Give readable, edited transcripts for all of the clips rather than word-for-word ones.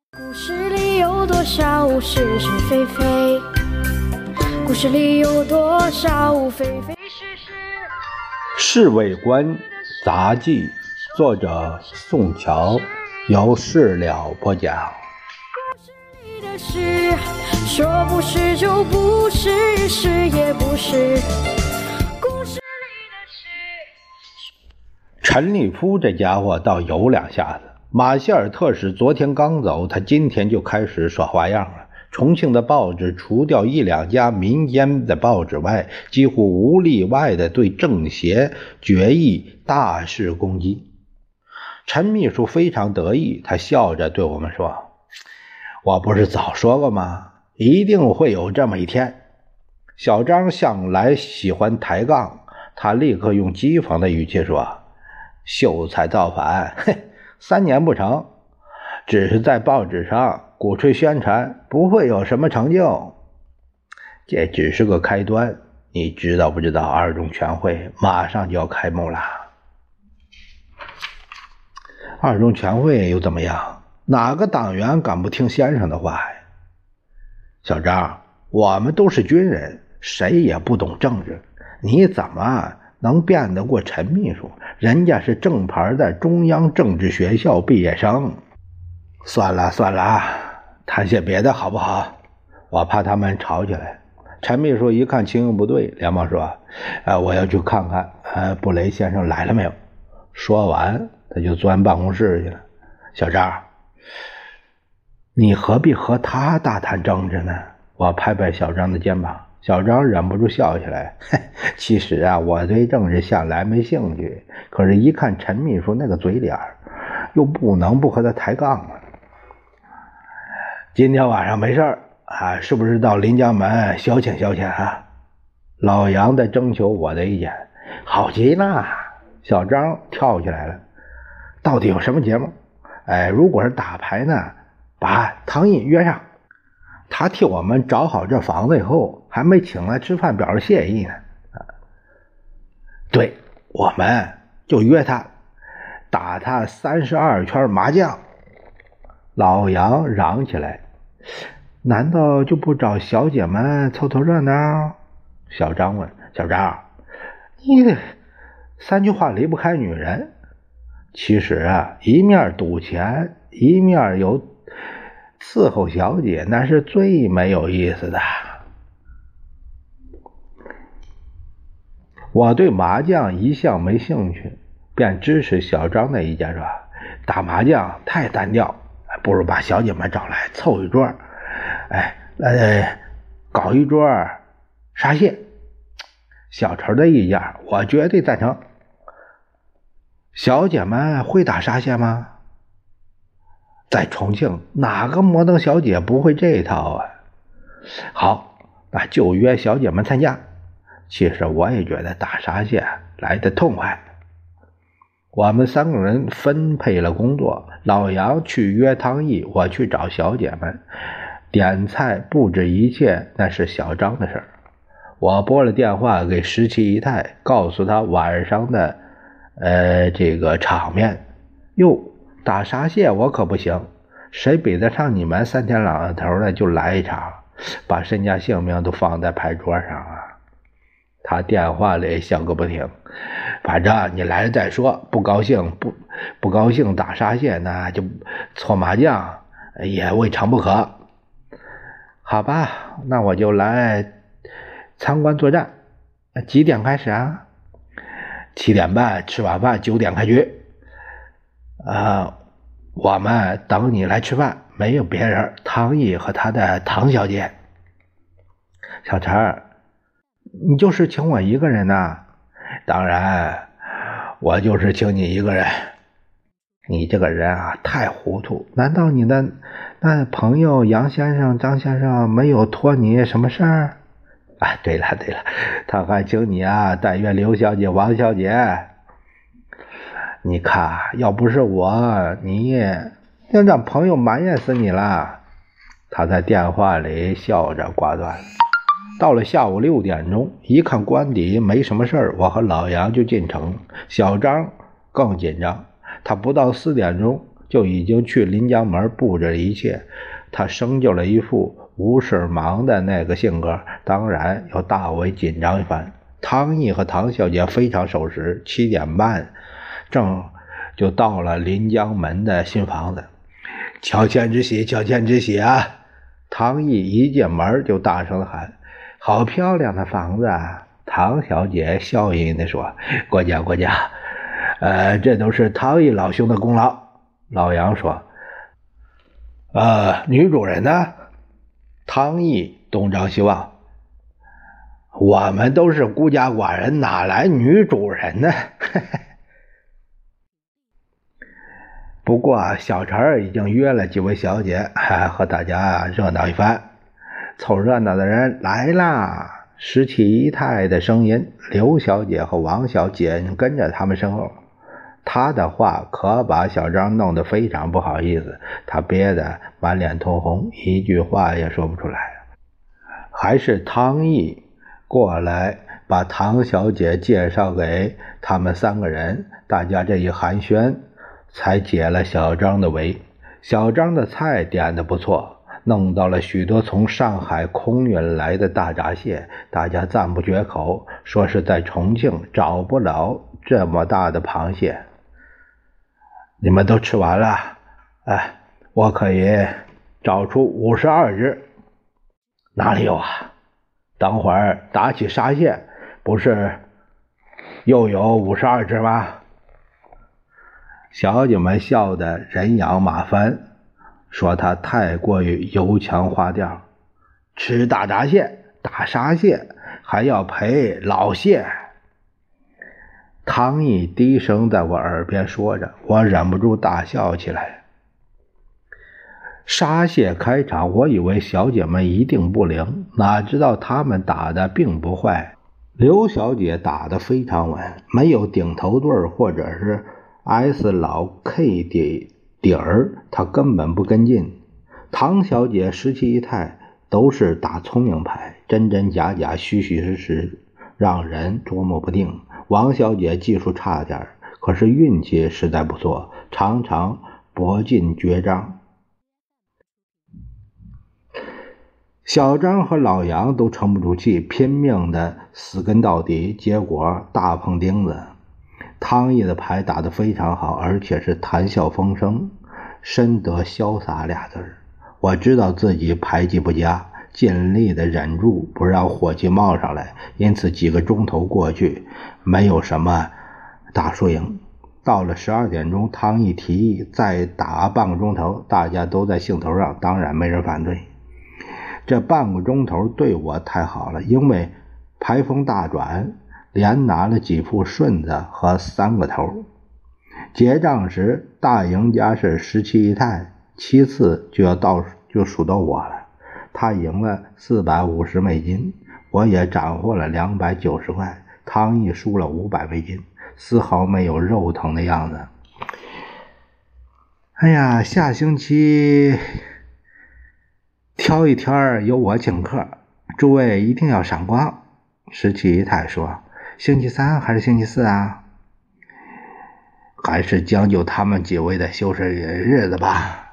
故事里有多少是是非非？故事里有多少非非是是？ 侍卫官杂记，作者宋乔，由事了播讲。 故事里的事，说不是就不是，是也不是。故事里的事。 陈立夫这家伙倒有两下子。马歇尔特使昨天刚走，他今天就开始耍花样了。重庆的报纸除掉一两家民间的报纸外，几乎无例外的对政协决议大肆攻击。陈秘书非常得意，他笑着对我们说：“我不是早说过吗？一定会有这么一天。”小张向来喜欢抬杠，他立刻用讥讽的语气说：“秀才造反，嘿，3年不成，只是在报纸上鼓吹宣传，不会有什么成就。这只是个开端，你知道不知道2中全会马上就要开幕了？2中全会又怎么样？哪个党员敢不听先生的话呀？小张，我们都是军人，谁也不懂政治，你怎么能辩得过陈秘书？人家是正牌的中央政治学校毕业生。算了，谈些别的好不好？我怕他们吵起来。陈秘书一看情形不对，连忙说：“我要去看看，布雷先生来了没有？”说完，他就钻办公室去了。小张，你何必和他大谈政治呢？我拍拍小张的肩膀。小张忍不住笑起来，其实啊，我对政治向来没兴趣，可是一看陈秘书那个嘴脸，又不能不和他抬杠了。今天晚上没事啊，是不是到临江门消遣消遣啊？老杨在征求我的意见。好极了，小张跳起来了。到底有什么节目？如果是打牌呢，把唐毅约上。他替我们找好这房子以后，还没请来吃饭表示谢意呢。对，我们就约他，打他32圈麻将。老杨嚷起来：“难道就不找小姐们凑凑热闹？”小张问：“小张，你3句话离不开女人。其实啊，一面赌钱，一面有伺候小姐，那是最没有意思的。”我对麻将一向没兴趣，便支持小张的意见，说：“打麻将太单调，不如把小姐们找来凑一桌，搞一桌沙蟹。”小陈的意见我绝对赞成。小姐们会打沙蟹吗？在重庆，哪个摩登小姐不会这一套啊？好，那就约小姐们参加。其实我也觉得打沙蟹来得痛快。我们3个人分配了工作，老杨去约汤毅，我去找小姐们。点菜布置一切，那是小张的事儿。我拨了电话给17姨太，告诉他晚上的这个场面。哟，打沙蟹我可不行，谁比得上你们3天2头的就来一场，把身家性命都放在牌桌上啊！他电话里笑个不停，反正你来了再说，不高兴打沙蟹呢，就搓麻将也未尝不可。好吧，那我就来参观作战。几点开始啊？7点半吃晚饭，9点开局。我们等你来吃饭，没有别人，汤毅和他的唐小姐。小陈，你就是请我一个人呐？当然，我就是请你一个人。你这个人啊，太糊涂。难道你的那朋友杨先生、张先生没有托你什么事儿？对了，他还请你啊，但愿刘小姐、王小姐。你看，要不是我，你要让朋友埋怨死你了。他在电话里笑着挂断了。到了下午6点钟，一看官邸没什么事儿，我和老杨就进城。小张更紧张，他不到4点钟就已经去临江门布置了一切。他生就了一副无事忙的那个性格，当然要大为紧张一番。汤毅和唐小姐非常守时，7点半正就到了临江门的新房子。乔迁之喜，乔迁之喜啊！汤毅一进门就大声地喊：“好漂亮的房子啊！”唐小姐笑吟吟地说：“国家，这都是汤毅老兄的功劳。”老杨说：“女主人呢？”汤毅东张西望：“我们都是孤家寡人，哪来女主人呢？”不过小陈已经约了几位小姐，和大家热闹一番。凑热闹的人来啦！17姨太的声音，刘小姐和王小姐跟着他们身后。他的话可把小张弄得非常不好意思，他憋得满脸通红，一句话也说不出来。还是汤毅过来把唐小姐介绍给他们3个人，大家这一寒暄才解了小张的围。小张的菜点得不错，弄到了许多从上海空运来的大闸蟹，大家赞不绝口，说是在重庆找不了这么大的螃蟹。你们都吃完了？我可以找出52只。哪里有啊？等会儿打起沙蟹，不是又有52只吗？小姐们笑得人仰马翻，说他太过于油腔滑调，吃大闸蟹、大沙蟹，还要陪老蟹。汤毅低声在我耳边说着，我忍不住大笑起来。沙蟹开场，我以为小姐们一定不灵，哪知道她们打得并不坏。刘小姐打得非常稳，没有顶头对或者是 S 老 K 底儿，她根本不跟进。唐小姐、17姨太都是打聪明牌，真真假假，虚虚实实，让人捉摸不定。王小姐技术差点，可是运气实在不错，常常博尽绝招。小张和老杨都撑不住气，拼命的死跟到底，结果大碰钉子。汤毅的牌打得非常好，而且是谈笑风生，深得潇洒俩字儿。我知道自己牌技不佳，尽力的忍住不让火气冒上来，因此几个钟头过去，没有什么大输赢。到了12点钟，汤毅提议再打半个钟头，大家都在兴头上，当然没人反对。这半个钟头对我太好了，因为牌风大转，连拿了几副顺子和3个头。结账时，大赢家是17姨太，其次就数到我了。他赢了450美金，我也斩获了290块。汤毅输了500美金，丝毫没有肉疼的样子。哎呀，下星期挑一天由我请客，诸位一定要赏光。17姨太说：“星期3还是星期4啊？”还是将就他们几位的休息日子吧。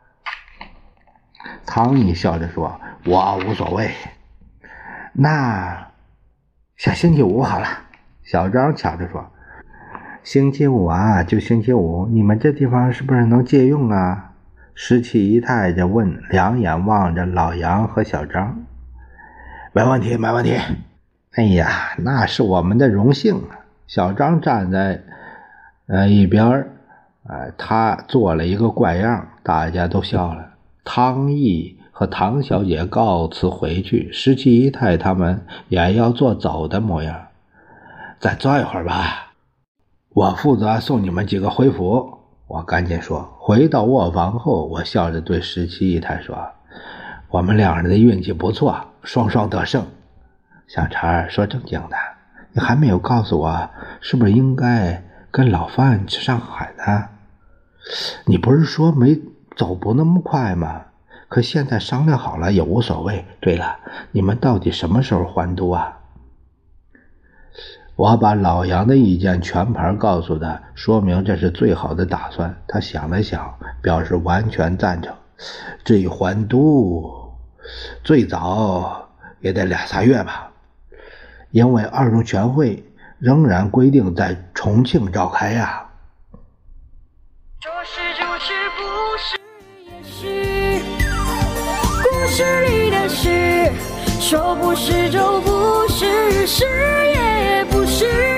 汤毅笑着说：“我无所谓。”那下星期5好了。小张抢着说：“星期5啊，就星期5，你们这地方是不是能借用啊？”17姨太着问，两眼望着老杨和小张。没问题，没问题。哎呀，那是我们的荣幸啊。小张站在一边，他做了一个怪样，大家都笑了。汤毅和唐小姐告辞回去，17姨太他们也要做走的模样。再坐一会儿吧，我负责送你们几个回府。我赶紧说。回到卧房后，我笑着对17姨太说：“我们两人的运气不错，双双得胜。”小陈说正经的，你还没有告诉我是不是应该跟老范去上海呢？你不是说没走不那么快吗？可现在商量好了也无所谓。对了，你们到底什么时候还都啊？ 我把老杨的意见全盘告诉他，说明这是最好的打算。他想了想，表示完全赞成。至于还都，最早也得2-3月吧，因为二中全会仍然规定在重庆召开呀。 说是就是不是也是故事里的事，说不是就不是，是也不是。